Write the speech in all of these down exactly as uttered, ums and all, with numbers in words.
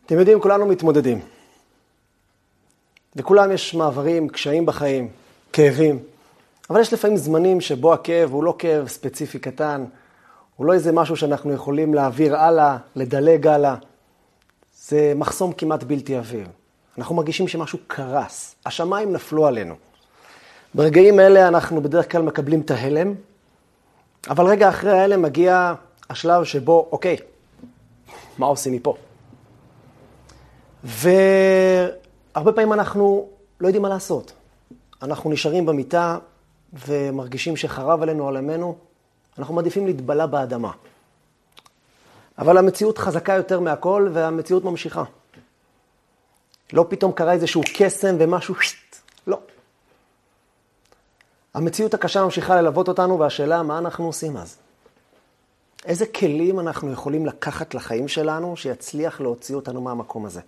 אתם יודעים, כולנו מתמודדים. לכולם יש מעברים, קשיים בחיים, כאבים. אבל יש לפעמים זמנים שבו הכאב הוא לא כאב ספציפי קטן, הוא לא איזה משהו שאנחנו יכולים להעביר הלאה, לדלג הלאה. זה מחסום כמעט בלתי עביר. אנחנו מרגישים שמשהו קרס, השמיים נפלו עלינו. ברגעים האלה אנחנו בדרך כלל מקבלים את ההלם, אבל רגע אחרי ההלם מגיע השלב שבו, אוקיי, מה עושים מפה? והרבה פעמים אנחנו לא יודעים מה לעשות. אנחנו נשארים במיטה ומרגישים שחרב עלינו עולמנו, אנחנו מעדיפים להתבלע באדמה. אבל המציאות חזקה יותר מהכל והמציאות ממשיכה. לא פתאום קרה איזשהו קסם ומשהו, לא. המציאות הקשה ממשיכה ללוות אותנו, והשאלה מה אנחנו עושים אז? איזה כלים אנחנו יכולים לקחת לחיים שלנו שיצליח להוציא אותנו מהמקום הזה?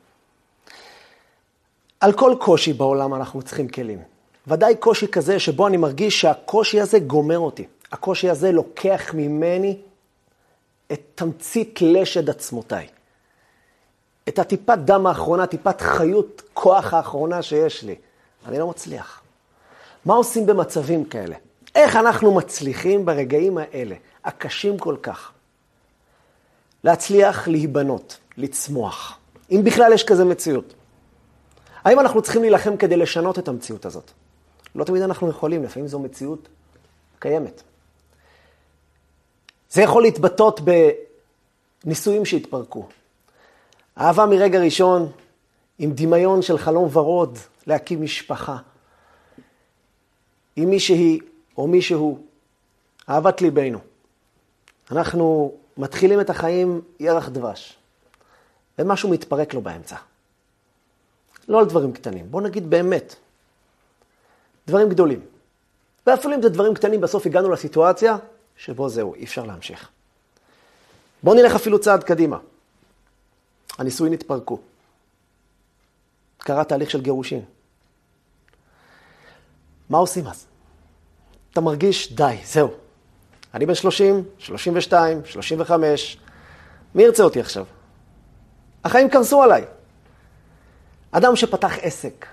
על כל קושי בעולם אנחנו צריכים כלים. ודאי קושי כזה שבו אני מרגיש שהקושי הזה גומר אותי. הקושי הזה לוקח ממני את תמצית לשד עצמותיי. את הטיפת דם האחרונה, טיפת חיות כוח האחרונה שיש לי. אני לא מצליח. מה עושים במצבים כאלה? איך אנחנו מצליחים ברגעים האלה, הקשים כל כך, להצליח להיבנות, לצמוח, אם בכלל יש כזה מציאות? האם אנחנו צריכים להילחם כדי לשנות את המציאות הזאת? לא תמיד אנחנו יכולים, לפעמים זו מציאות קיימת. זה יכול להתבטאות בניסויים שהתפרקו. אהבה מרגע ראשון, עם דמיון של חלום ורוד, להקים משפחה. עם מישהי או מישהו, אהבת ליבנו. אנחנו מתחילים את החיים ירח דבש, ומשהו מתפרק לו באמצע. לא על דברים קטנים, בוא נגיד באמת. דברים גדולים. ואפילו אם זה דברים קטנים, בסוף הגענו לסיטואציה שבו זהו, אי אפשר להמשיך. בוא נלך אפילו צעד קדימה. הנישואין התפרקו. קרה תהליך של גירושין. מה עושים אז? אתה מרגיש, די, זהו. אני בן שלושים, שלושים ושתיים, שלושים וחמש. מי ירצה אותי עכשיו? החיים קרסו עליי. אדם שפתח עסק.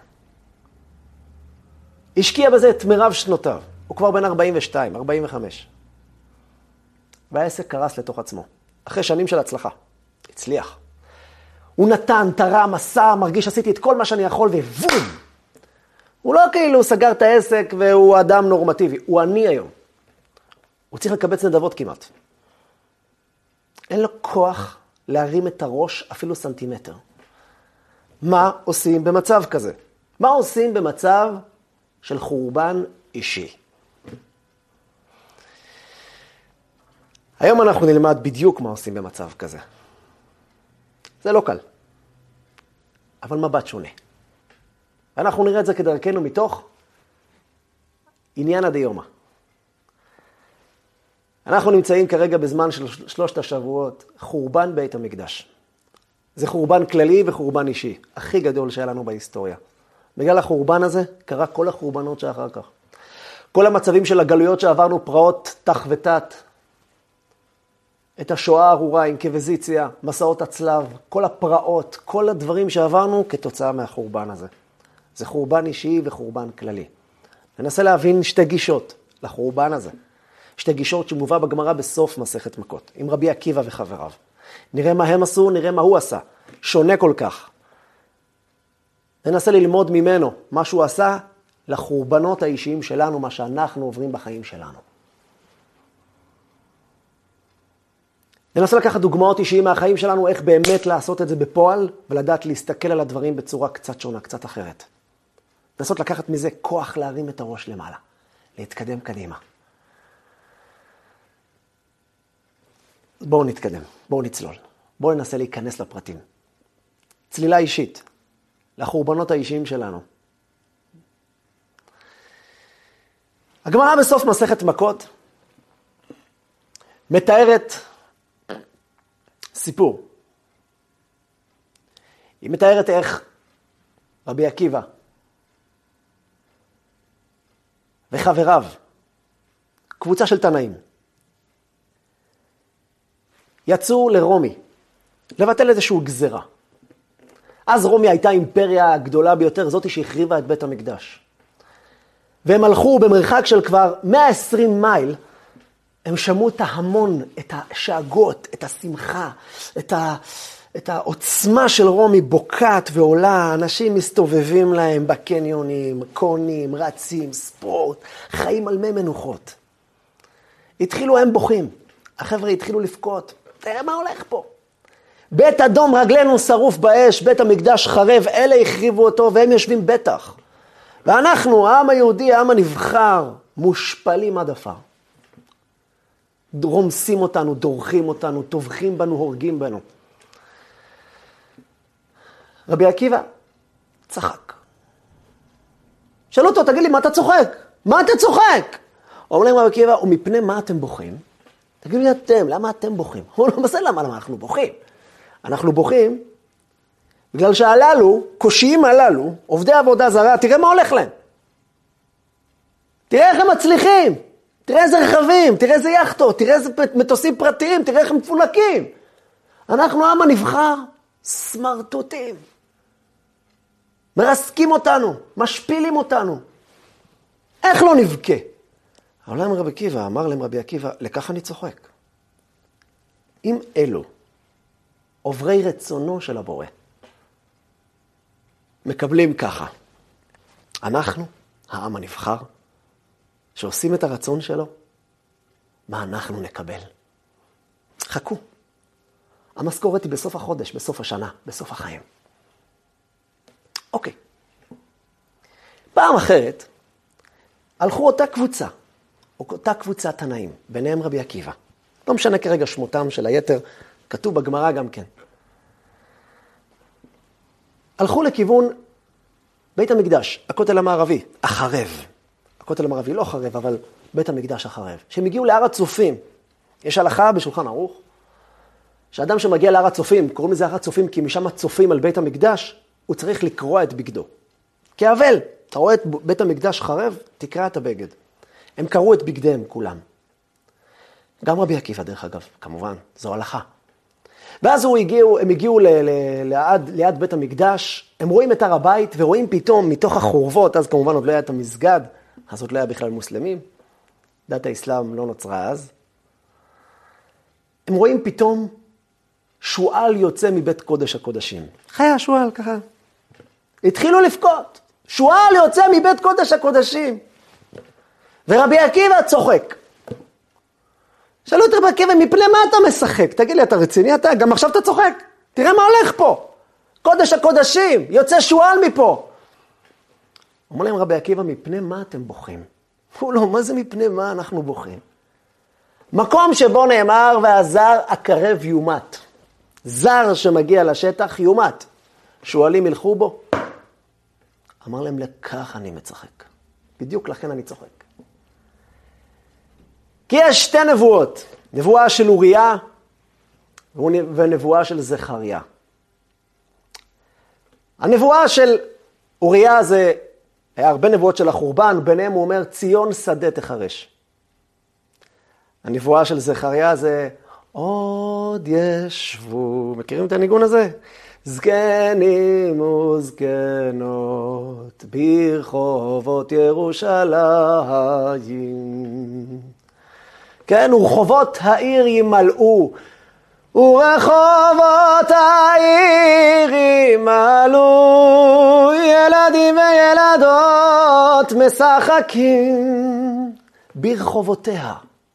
השקיע בזה את מרב שנותיו. הוא כבר בן ארבעים ושתיים, ארבעים וחמש. והעסק קרס לתוך עצמו. אחרי שנים של הצלחה. הצליח. הוא נתן, תרם, עשה, מרגיש, עשיתי את כל מה שאני יכול, ובום! הוא לא כאילו סגר את העסק והוא אדם נורמטיבי. הוא עני היום. הוא צריך לקבץ נדבות כמעט. אין לו כוח להרים את הראש אפילו סנטימטר. מה עושים במצב כזה? מה עושים במצב של חורבן אישי? היום אנחנו נלמד בדיוק מה עושים במצב כזה. זה לא קל, אבל מבט שונה. ואנחנו נראה את זה כדרכנו מתוך עניין הדיומא. אנחנו נמצאים כרגע בזמן של שלושת השבועות, חורבן בית המקדש. זה חורבן כללי וחורבן אישי, הכי גדול שהיה לנו בהיסטוריה. בגלל החורבן הזה קרה כל החורבנות שאחר כך. כל המצבים של הגלויות שעברנו, פרעות תח ותת, את השואה הארורה, אינקוויזיציה, מסעות הצלב, כל הפרעות, כל הדברים שעברנו כתוצאה מהחורבן הזה. זה חורבן אישי וחורבן כללי. ננסה להבין שתי גישות לחורבן הזה. שתי גישות שמובא בגמרא בסוף מסכת מכות, עם רבי עקיבא וחבריו. נראה מה הם עשו, נראה מה הוא עשה. שונה כל כך. ננסה ללמוד ממנו מה שהוא עשה לחורבנות האישיים שלנו, מה שאנחנו עוברים בחיים שלנו. ננסה לקחת דוגמאות אישיים מהחיים שלנו, איך באמת לעשות את זה בפועל, ולדעת להסתכל על הדברים בצורה קצת שונה, קצת אחרת. לנסות לקחת מזה כוח להרים את הראש למעלה, להתקדם קדימה. בואו נתקדם, בואו נצלול, בואו ננסה להיכנס לפרטים. צלילה אישית, לחורבנות האישיים שלנו. הגמרא בסוף מסכת מכות מתארת סיפור. היא מתארת איך רבי עקיבא וחבריו, קבוצה של תנאים, יצאו לרומי, לבטל איזשהו גזרה. אז רומי הייתה האימפריה הגדולה ביותר, זאת שהחריבה את בית המקדש. והם הלכו במרחק של כבר מאה ועשרים מייל, הם שמעו את ההמון, את השאגות, את השמחה, את, ה, את העוצמה של רומי בוקעת ועולה, אנשים מסתובבים להם בקניונים, קונים, רצים, ספורט, חיים על מי מנוחות. התחילו הם בוכים, החבר'ה התחילו לבכות, תראה מה הולך פה. בית אדום רגלינו שרוף באש, בית המקדש חרב, אלה החריבו אותו והם יושבים בטח. ואנחנו, העם היהודי, העם הנבחר, מושפלים עד עפר. רומסים אותנו, דורכים אותנו, טובחים בנו, הורגים בנו. רבי עקיבא צחק. שאלו אותו, תגיד לי, מה אתה צוחק? מה אתה צוחק? אומר להם רבי עקיבא, ומפני מה אתם בוכים? תגידו לי אתם, למה אתם בוכים? הוא לא בסדר, למה, למה אנחנו בוכים? אנחנו בוכים בגלל שהללו, קושיים הללו, עובדי עבודה זרה, תראה מה הולך להם. תראה איך הם מצליחים. תראה איזה רכבים, תראה איזה יחטות, תראה איזה מטוסים פרטיים, תראה איך הם מפונקים. אנחנו העם הנבחר, סמרטוטים. מרסקים אותנו, משפילים אותנו. איך לא נבכה? אבל להם רבי עקיבא, אמר להם רבי עקיבא, לכך אני צוחק. אם אלו עוברי רצונו של הבורא, מקבלים ככה, אנחנו, העם הנבחר, שעושים את הרצון שלו, מה אנחנו נקבל? חכו. המשכורת היא בסוף החודש, בסוף השנה, בסוף החיים. אוקיי. פעם אחרת, הלכו אותה קבוצה, אותה קבוצה תנאים, ביניהם רבי עקיבא. לא משנה כרגע שמותם של היתר, כתוב בגמרא גם כן. הלכו לכיוון בית המקדש, הכותל המערבי, החרב. הכותל המערבי לא חרב, אבל בית המקדש החרב. שהם הגיעו להר הצופים. יש הלכה בשולחן ערוך, שאדם שמגיע להר הצופים, קוראים לזה הר הצופים כי משם הצופים על בית המקדש, הוא צריך לקרוע את בגדו. כאבל, אתה רואה את בית המקדש חרב, תקרע את הבגד. הם קראו את בגדיהם כולם. גם רבי עקיבא דרך אגב, כמובן, זו הלכה. ואז הוא הגיעו, הם הגיעו ל, ל, ליד, ליד בית המקדש, הם רואים את הר הבית ורואים פתאום מתוך החורבות, אז כמובן עוד לא היה את המסגד, אז עוד לא היה בכלל מוסלמים, דת האסלאם לא נוצרה אז. הם רואים פתאום שועל יוצא מבית קודש הקודשים. חיה שועל ככה. התחילו לפקות. שועל יוצא מבית קודש הקודשים. ורבי עקיבא צוחק. שאלו את רבי עקיבא, מפני מה אתה משחק? תגיד לי, אתה רציני אתה? גם עכשיו אתה צוחק. תראה מה הולך פה. קודש הקודשים, יוצא שועל מפה. אומר להם רבי עקיבא, מפני מה אתם בוכים? הוא לא, מה זה מפני מה אנחנו בוכים? מקום שבו נאמר, והזר הקרב יומת. זר שמגיע לשטח יומת. שועלים ילכו בו. אמר להם, לכך אני מצחק. בדיוק לכן אני צוחק. כי יש שתי נבואות. נבואה של אוריה ונבואה של זכריה. הנבואה של אוריה זה הרבה נבואות של החורבן, ביניהם הוא אומר, ציון שדה תחרש. הנבואה של זכריה זה, עוד ישבו, מכירים את הניגון הזה? זקנים וזקנות ברחובות ירושלים. כן, ורחובות העיר ימלאו, ורחובות העיר ימלאו, ילדים וילדות משחקים ברחובותיה.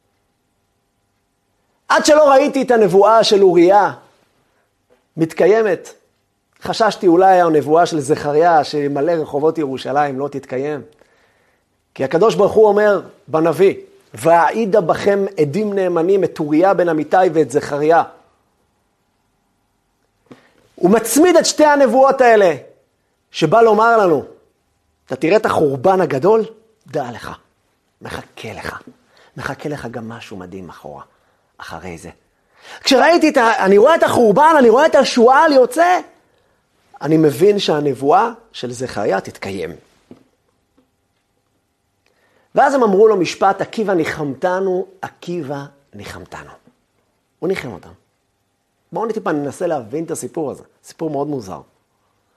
עד שלא ראיתי את הנבואה של אוריה מתקיימת, חששתי אולי הנבואה של זכריה שמלא רחובות ירושלים לא תתקיים. כי הקדוש ברוך הוא אומר בנביא, והעידה בכם עדים נאמנים את אוריה בן אמיתי ואת זכריה. הוא מצמיד את שתי הנבואות האלה, שבא לומר לנו, אתה תראה את החורבן הגדול, דע לך, מחכה לך, מחכה לך גם משהו מדהים אחורה, אחרי זה. כשראיתי את ה... אני רואה את החורבן, אני רואה את השועל יוצא, אני מבין שהנבואה של זכריה תתקיים. ואז הם אמרו לו משפט, עקיבא ניחמתנו, עקיבא ניחמתנו. הוא ניחם אותם. בואו טיפה ננסה להבין את הסיפור הזה. סיפור מאוד מוזר.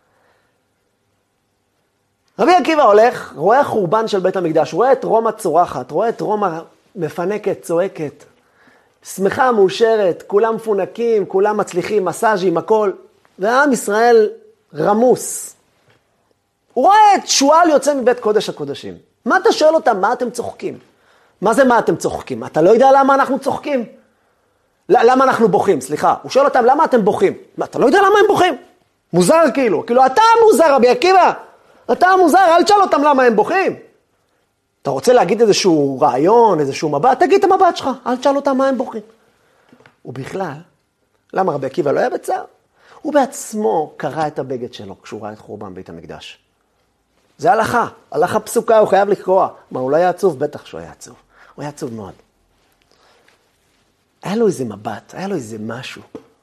רבי עקיבא הולך, רואה חורבן של בית המקדש, רואה את רומא צורחת, רואה את רומא מפנקת, צועקת, שמחה, מאושרת, כולם מפונקים, כולם מצליחים, מסאז'ים, הכל, והעם ישראל רמוס. הוא רואה את שועל יוצא מבית קודש הקודשים. מה אתה שואל אותם? מה אתם צוחקים? מה זה מה אתם צוחקים? אתה לא יודע למה אנחנו צוחקים? למה אנחנו בוכים? סליחה. הוא שואל אותם, למה אתם בוכים? מה, אתה לא יודע למה הם בוכים? מוזר כאילו. כאילו, אתה מוזר, רבי עקיבא. אתה מוזר, אל תשאל אותם למה הם בוכים. אתה רוצה להגיד איזשהו רעיון, איזשהו מבט? תגיד את המבט שלך. אל תשאל אותם מה הם בוכים. ובכלל, למה רבי עקיבא לא היה בצער? הוא בעצמו קרא את הבגד שלו כשהוא ראה את חורבן בית המקדש. זה הלכה, הלכה פסוקה, הוא חייב לקרוא. מה, הוא לא היה עצוב? בטח שהוא היה עצוב. הוא היה עצוב מאוד. היה לו איזה מבט, היה לו איזה משהו.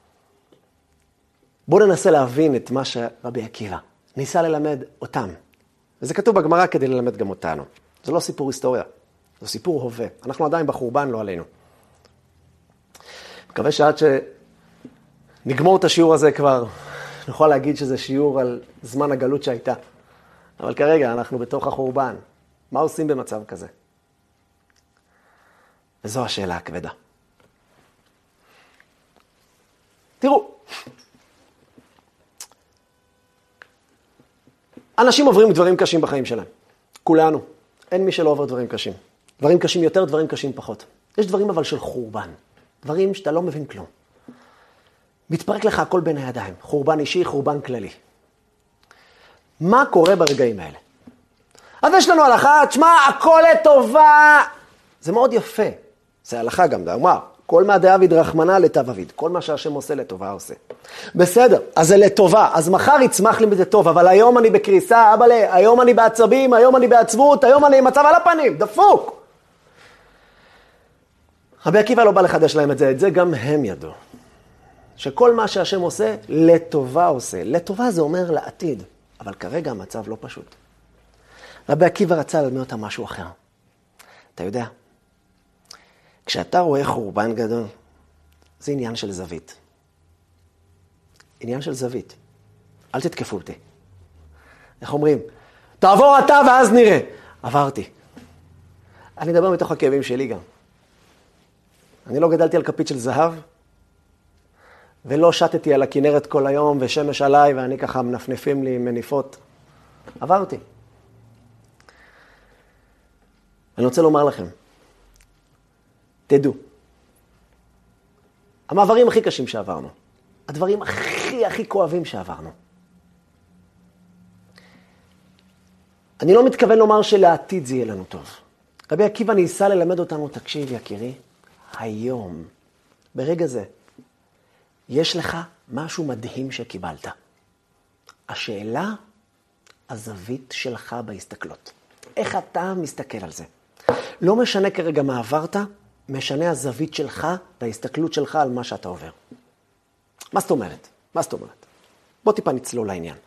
בואו ננסה להבין את מה שרבי עקיבא ניסה ללמד אותם. וזה כתוב בגמרא כדי ללמד גם אותנו. זה לא סיפור היסטוריה, זה סיפור הווה. אנחנו עדיין בחורבן, לא עלינו. מקווה שעד שנגמור את השיעור הזה כבר, נוכל להגיד שזה שיעור על זמן הגלות שהייתה. אבל כרגע אנחנו בתוך החורבן. מה עושים במצב כזה? וזו השאלה הכבדה. תראו, אנשים עוברים דברים קשים בחיים שלהם. כולנו. אין מי שלא עובר דברים קשים. דברים קשים יותר, דברים קשים פחות. יש דברים אבל של חורבן. דברים שאתה לא מבין כלום. מתפרק לך הכל בין הידיים. חורבן אישי, חורבן כללי. מה קורה ברגעים האלה? אז יש לנו הלכה, תשמע, הכל לטובה. זה מאוד יפה. זה הלכה גם, זה אומר, כל מה דאביד רחמנא לטב אביד. כל מה שהשם עושה לטובה עושה. בסדר, אז זה לטובה. אז מחר יצמח לי מזה טוב, אבל היום אני בקריסה, אבא לי, היום אני בעצבים, היום אני בעצבות, היום אני עם מצב על הפנים, דפוק. רבי עקיבא לא בא לחדש להם את זה, את זה גם הם ידעו. שכל מה שהשם עושה, לטובה עושה. לטובה זה אומר לעתיד. אבל כרגע המצב לא פשוט. רבי עקיבא רצה ללמד אותם משהו אחר. אתה יודע, כשאתה רואה חורבן גדול, זה עניין של זווית. עניין של זווית. אל תתקפו אותי. איך אומרים? תעבור אתה ואז נראה. עברתי. אני אדבר מתוך הכאבים שלי גם. אני לא גדלתי על כפית של זהב, ולא שטתי על הכנרת כל היום, ושמש עליי, ואני ככה מנפנפים לי מניפות. עברתי. אני רוצה לומר לכם, תדעו, המעברים הכי קשים שעברנו, הדברים הכי הכי כואבים שעברנו, אני לא מתכוון לומר שלעתיד זה יהיה לנו טוב. רבי עקיבא ניסה ללמד אותנו, תקשיב יקירי, היום, ברגע זה, יש לך משהו מדהים שקיבלת. השאלה, הזווית שלך בהסתכלות. איך אתה מסתכל על זה? לא משנה כרגע מה עברת, משנה הזווית שלך וההסתכלות שלך על מה שאתה עובר. מה זאת אומרת? מה זאת אומרת? בוא טיפה נצלול לעניין.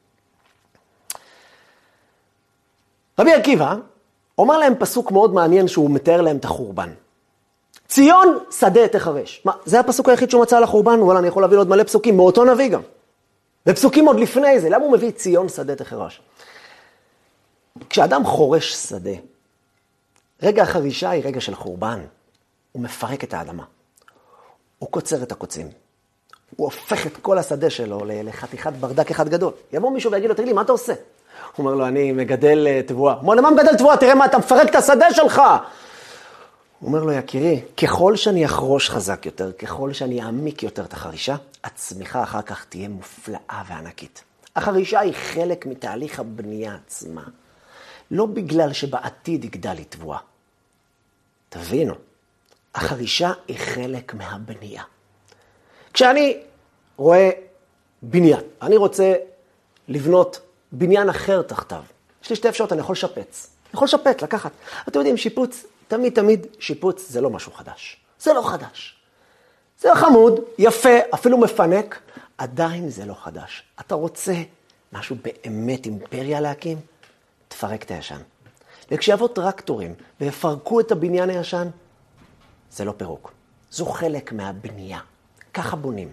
רבי עקיבא אומר להם פסוק מאוד מעניין שהוא מתאר להם את החורבן. ציון שדה תחרש. מה, זה הפסוק היחיד שהוא מצא על החורבן? וואלה, אני יכול להביא לו עוד מלא פסוקים, מאותו נביא גם. ופסוקים עוד לפני זה. למה הוא מביא ציון שדה תחרש? כשאדם חורש שדה, רגע החרישה היא רגע של חורבן. הוא מפרק את האדמה. הוא קוצר את הקוצים. הוא הופך את כל השדה שלו לחתיכת ברדק אחד גדול. יבוא מישהו ויגיד לו, תגיד לי, מה אתה עושה? הוא אומר לו, אני מגדל תבואה. הוא אומר, למה מגדל תבואה? תראה מה, אתה מפרק את השדה שלך. הוא אומר לו, יקירי, ככל שאני אחרוש חזק יותר, ככל שאני אעמיק יותר את החרישה, הצמיחה אחר כך תהיה מופלאה וענקית. החרישה היא חלק מתהליך הבנייה עצמה. לא בגלל שבעתיד יגדל לי תבואה. תבינו, החרישה היא חלק מהבנייה. כשאני רואה בניין, אני רוצה לבנות בניין אחר תחתיו. יש לי שתי אפשרות, אני יכול לשפץ. אני יכול לשפץ, לקחת. אתם יודעים, שיפוץ, תמיד תמיד שיפוץ זה לא משהו חדש. זה לא חדש. זה חמוד, יפה, אפילו מפנק, עדיין זה לא חדש. אתה רוצה משהו באמת אימפריה להקים? תפרק את הישן. וכשיבוא טרקטורים ויפרקו את הבניין הישן, זה לא פירוק. זו חלק מהבנייה. ככה בונים.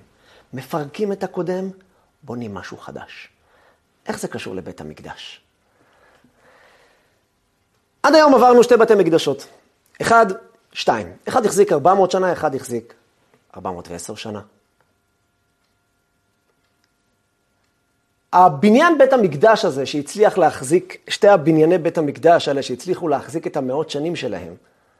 מפרקים את הקודם, בונים משהו חדש. איך זה קשור לבית המקדש? עד היום עברנו שתי בתי מקדשות. אחד, שתיים. אחד החזיק ארבע מאות שנה, אחד החזיק ארבע מאות ועשר שנה. הבניין בית המקדש הזה שהצליח להחזיק, שתי הבנייני בית המקדש האלה שהצליחו להחזיק את המאות שנים שלהם,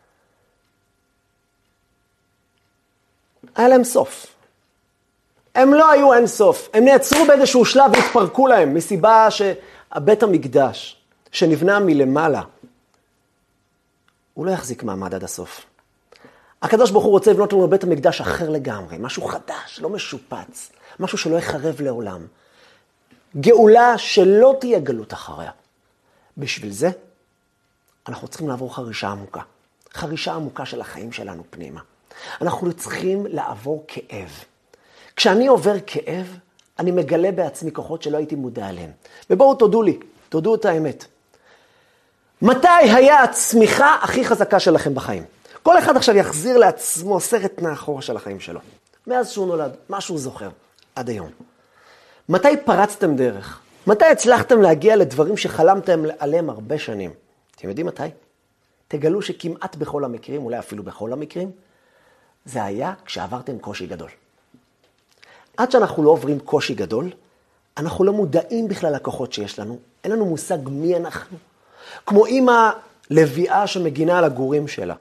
היה להם סוף. הם לא היו אין סוף. הם נעצרו באיזשהו שלב והתפרקו להם, מסיבה שהבית המקדש שנבנה מלמעלה, הוא לא יחזיק מעמד עד הסוף. הקדוש ברוך הוא רוצה לבנות לנו בית המקדש אחר לגמרי, משהו חדש, לא משופץ, משהו שלא יחרב לעולם. גאולה שלא תהיה גלות אחריה. בשביל זה, אנחנו צריכים לעבור חרישה עמוקה. חרישה עמוקה של החיים שלנו פנימה. אנחנו צריכים לעבור כאב. כשאני עובר כאב, אני מגלה בעצמי כוחות שלא הייתי מודע עליהם. ובואו תודו לי, תודו את האמת. מתי היה הצמיחה הכי חזקה שלכם בחיים? כל אחד עכשיו יחזיר לעצמו סרט מאחורה של החיים שלו. מאז שהוא נולד, מה שהוא זוכר, עד היום. מתי פרצתם דרך? מתי הצלחתם להגיע לדברים שחלמתם עליהם הרבה שנים? אתם יודעים מתי? תגלו שכמעט בכל המקרים, אולי אפילו בכל המקרים, זה היה כשעברתם קושי גדול. עד שאנחנו לא עוברים קושי גדול, אנחנו לא מודעים בכלל לכוחות שיש לנו, אין לנו מושג מי אנחנו. כמו אמא לביאה שמגינה על הגורים שלה.